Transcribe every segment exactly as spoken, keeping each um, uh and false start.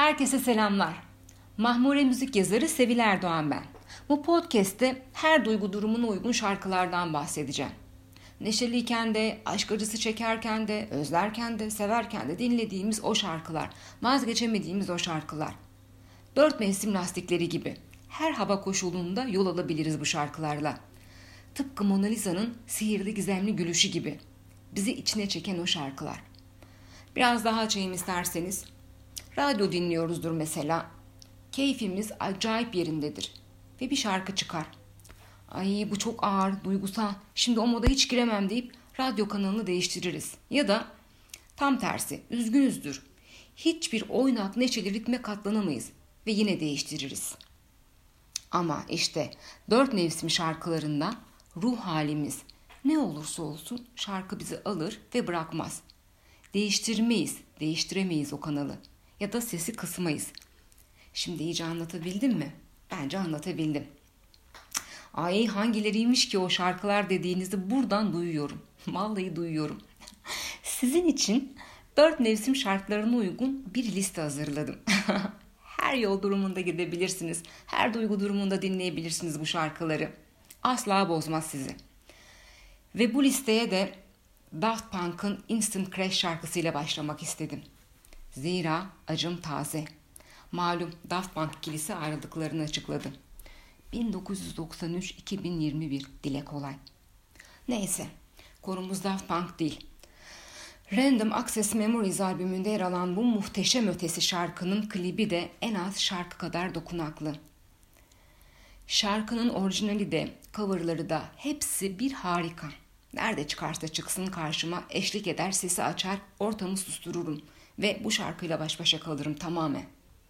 Herkese selamlar. Mahmure müzik yazarı Sevil Erdoğan ben. Bu podcast'te her duygu durumuna uygun şarkılardan bahsedeceğim. Neşeliyken de, aşk acısı çekerken de, özlerken de, severken de dinlediğimiz o şarkılar, vazgeçemediğimiz o şarkılar. Dört mevsim lastikleri gibi her hava koşulunda yol alabiliriz bu şarkılarla. Tıpkı Mona Lisa'nın sihirli gizemli gülüşü gibi. Bizi içine çeken o şarkılar. Biraz daha açayım isterseniz. Radyo dinliyoruzdur mesela. Keyfimiz acayip yerindedir. Ve bir şarkı çıkar. Ay bu çok ağır, duygusal. Şimdi o moda hiç giremem deyip radyo kanalını değiştiririz. Ya da tam tersi, üzgünüzdür. Hiçbir oynak neşeli ritme katlanamayız. Ve yine değiştiririz. Ama işte dört mevsim şarkılarında ruh halimiz ne olursa olsun şarkı bizi alır ve bırakmaz. Değiştirmeyiz, değiştiremeyiz o kanalı. Ya da sesi kısmayız. Şimdi iyice anlatabildim mi? Bence anlatabildim. Ay hangileriymiş ki o şarkılar dediğinizi buradan duyuyorum. Vallahi duyuyorum. Sizin için dört mevsim şarkılarına uygun bir liste hazırladım. Her yol durumunda gidebilirsiniz. Her duygu durumunda dinleyebilirsiniz bu şarkıları. Asla bozmaz sizi. Ve bu listeye de Daft Punk'ın Instant Crash şarkısıyla başlamak istedim. Zira acım taze. Malum Daft Punk ikilisi ayrıldıklarını açıkladı. bin dokuz yüz doksan üç iki bin yirmi bir dile kolay. Neyse, konumuz Daft Punk değil. Random Access Memories albümünde yer alan bu muhteşem ötesi şarkının klibi de en az şarkı kadar dokunaklı. Şarkının orijinali de, coverları da hepsi bir harika. Nerede çıkarsa çıksın karşıma eşlik eder, sesi açar, ortamı sustururum ve bu şarkıyla baş başa kalırım tamamen.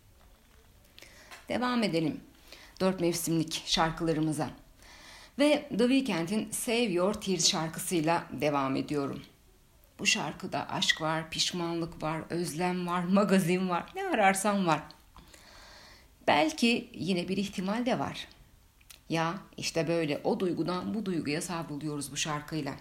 Devam edelim dört mevsimlik şarkılarımıza. Ve The Weeknd'in Save Your Tears şarkısıyla devam ediyorum. Bu şarkıda aşk var, pişmanlık var, özlem var, magazin var, ne ararsan var. Belki yine bir ihtimal de var. Ya işte böyle o duygudan bu duyguya savruluyoruz bu şarkıyla.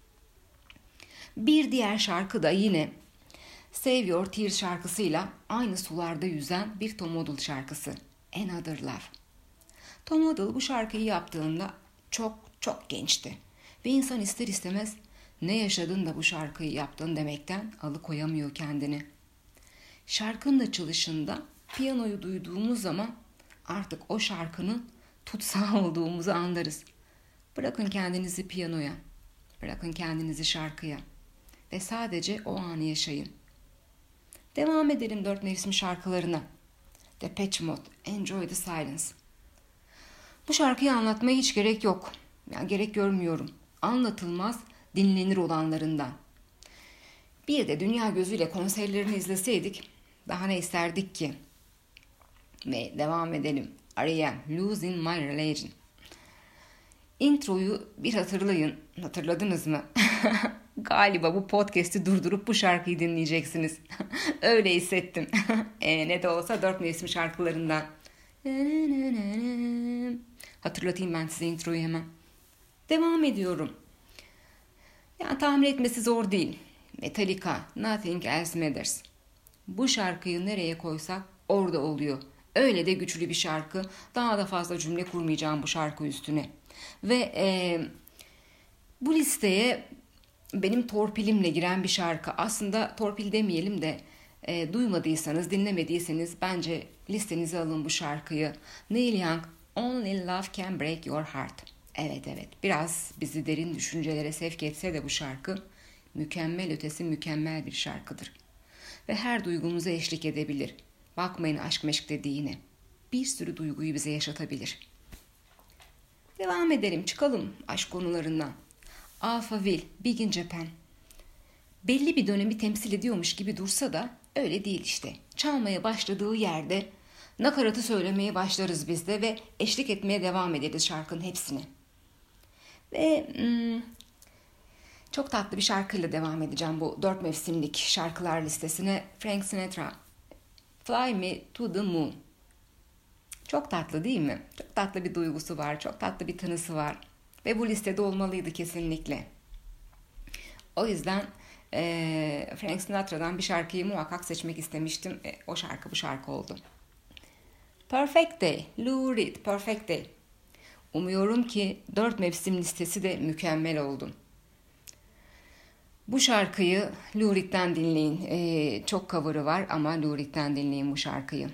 Bir diğer şarkı da yine Save Your Tears şarkısıyla aynı sularda yüzen bir Tom Odell şarkısı. Another Love. Tom Odell bu şarkıyı yaptığında çok çok gençti. Ve insan ister istemez ne yaşadın da bu şarkıyı yaptın demekten alıkoyamıyor kendini. Şarkının açılışında piyanoyu duyduğumuz zaman artık o şarkının tutsağı olduğumuzu anlarız. Bırakın kendinizi piyanoya, bırakın kendinizi şarkıya ve sadece o anı yaşayın. Devam edelim dört mevsim şarkılarına. Depeche Mode, Enjoy the Silence. Bu şarkıyı anlatmaya hiç gerek yok. Yani gerek görmüyorum. Anlatılmaz, dinlenir olanlarından. Bir de dünya gözüyle konserlerini izleseydik daha ne isterdik ki? Ve devam edelim. R E M, Losing My Religion. Introyu bir hatırlayın. Hatırladınız mı? Galiba bu podcast'i durdurup bu şarkıyı dinleyeceksiniz. Öyle hissettim. e, ne de olsa dört mevsim şarkılarından. Hatırlatayım ben size introyu hemen. Devam ediyorum. Yani tahmin etmesi zor değil. Metallica, Nothing Else Matters. Bu şarkıyı nereye koysak orada oluyor. Öyle de güçlü bir şarkı. Daha da fazla cümle kurmayacağım bu şarkı üstüne. Ve e, bu listeye benim torpilimle giren bir şarkı. Aslında torpil demeyelim de e, duymadıysanız, dinlemediyseniz bence listenize alın bu şarkıyı. Neil Young, Only Love Can Break Your Heart. Evet evet, biraz bizi derin düşüncelere sevk etse de bu şarkı mükemmel ötesi mükemmel bir şarkıdır. Ve her duygumuza eşlik edebilir. Bakmayın aşk meşk dediğine. Bir sürü duyguyu bize yaşatabilir. Devam edelim, çıkalım aşk konularından. Alphaville, Big in Japan. Belli bir dönemi temsil ediyormuş gibi dursa da öyle değil işte. Çalmaya başladığı yerde nakaratı söylemeye başlarız biz de ve eşlik etmeye devam ederiz şarkının hepsine. Ve hmm, çok tatlı bir şarkıyla devam edeceğim bu dört mevsimlik şarkılar listesine. Frank Sinatra, Fly Me to the Moon. Çok tatlı değil mi? Çok tatlı bir duygusu var, çok tatlı bir tınısı var. Ve bu listede olmalıydı kesinlikle. O yüzden e, Frank Sinatra'dan bir şarkıyı muhakkak seçmek istemiştim. E, o şarkı bu şarkı oldu. Perfect Day, Lou Reed, Perfect Day. Umuyorum ki dört mevsim listesi de mükemmel oldu. Bu şarkıyı Lou Reed'den dinleyin. E, çok cover'ı var ama Lou Reed'den dinleyin bu şarkıyı.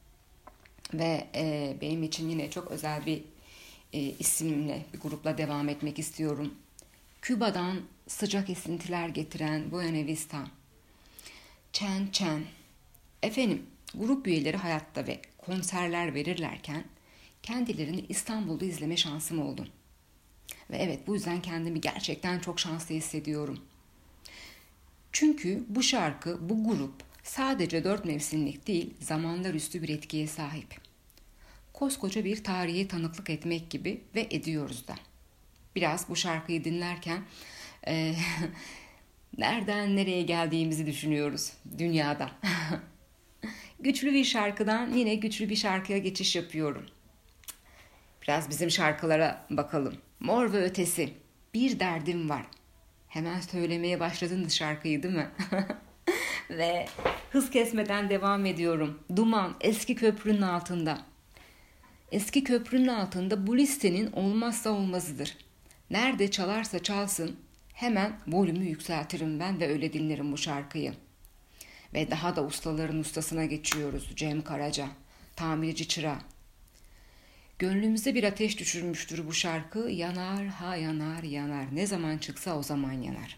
Ve e, benim için yine çok özel bir e, isimle, bir grupla devam etmek istiyorum. Küba'dan sıcak esintiler getiren Buena Vista. Chen Chen. Efendim, grup üyeleri hayatta ve konserler verirlerken kendilerini İstanbul'da izleme şansım oldu. Ve evet, bu yüzden kendimi gerçekten çok şanslı hissediyorum. Çünkü bu şarkı, bu grup sadece dört mevsimlik değil, zamanlar üstü bir etkiye sahip. Koskoca bir tarihe tanıklık etmek gibi ve ediyoruz da. Biraz bu şarkıyı dinlerken e, nereden nereye geldiğimizi düşünüyoruz dünyada. Güçlü bir şarkıdan yine güçlü bir şarkıya geçiş yapıyorum. Biraz bizim şarkılara bakalım. Mor ve Ötesi. Bir derdim var. Hemen söylemeye başladın şarkıyı değil mi? Ve hız kesmeden devam ediyorum. Duman, Eski Köprünün Altında. Eski Köprünün Altında bu listenin olmazsa olmazıdır. Nerede çalarsa çalsın hemen volümü yükseltirim ben ve öyle dinlerim bu şarkıyı. Ve daha da ustaların ustasına geçiyoruz. Cem Karaca, Tamirci Çıra. Gönlümüze bir ateş düşürmüştür bu şarkı. Yanar ha yanar yanar. Ne zaman çıksa o zaman yanar.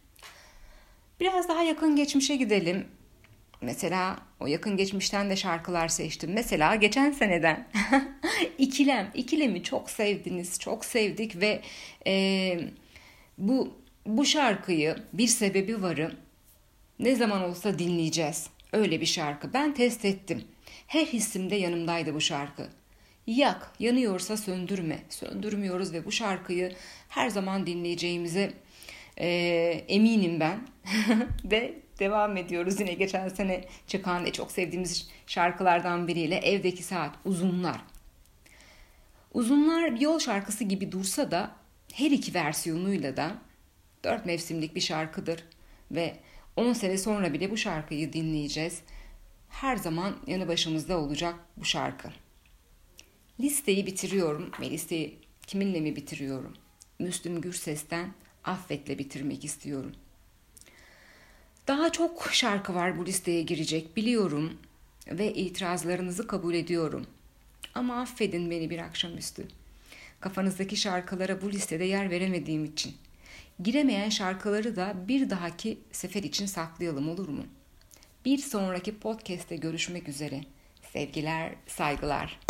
Biraz daha yakın geçmişe gidelim. Mesela o yakın geçmişten de şarkılar seçtim. Mesela geçen seneden İkilem. İkilem'i çok sevdiniz, çok sevdik ve e, bu bu şarkıyı bir sebebi varı ne zaman olsa dinleyeceğiz. Öyle bir şarkı. Ben test ettim. Her hissimde yanımdaydı bu şarkı. Yak, yanıyorsa söndürme. Söndürmüyoruz ve bu şarkıyı her zaman dinleyeceğimize e, eminim ben. Ve devam ediyoruz yine geçen sene çıkan ve çok sevdiğimiz şarkılardan biriyle Evdeki Saat, Uzunlar. Uzunlar bir yol şarkısı gibi dursa da her iki versiyonuyla da dört mevsimlik bir şarkıdır. Ve on sene sonra bile bu şarkıyı dinleyeceğiz. Her zaman yanı başımızda olacak bu şarkı. Listeyi bitiriyorum ve listeyi kiminle mi bitiriyorum? Müslüm Gürses'ten Affet'le bitirmek istiyorum. Daha çok şarkı var bu listeye girecek biliyorum ve itirazlarınızı kabul ediyorum. Ama affedin beni bir akşamüstü. Kafanızdaki şarkılara bu listede yer veremediğim için. Giremeyen şarkıları da bir dahaki sefer için saklayalım olur mu? Bir sonraki podcast'te görüşmek üzere. Sevgiler, saygılar.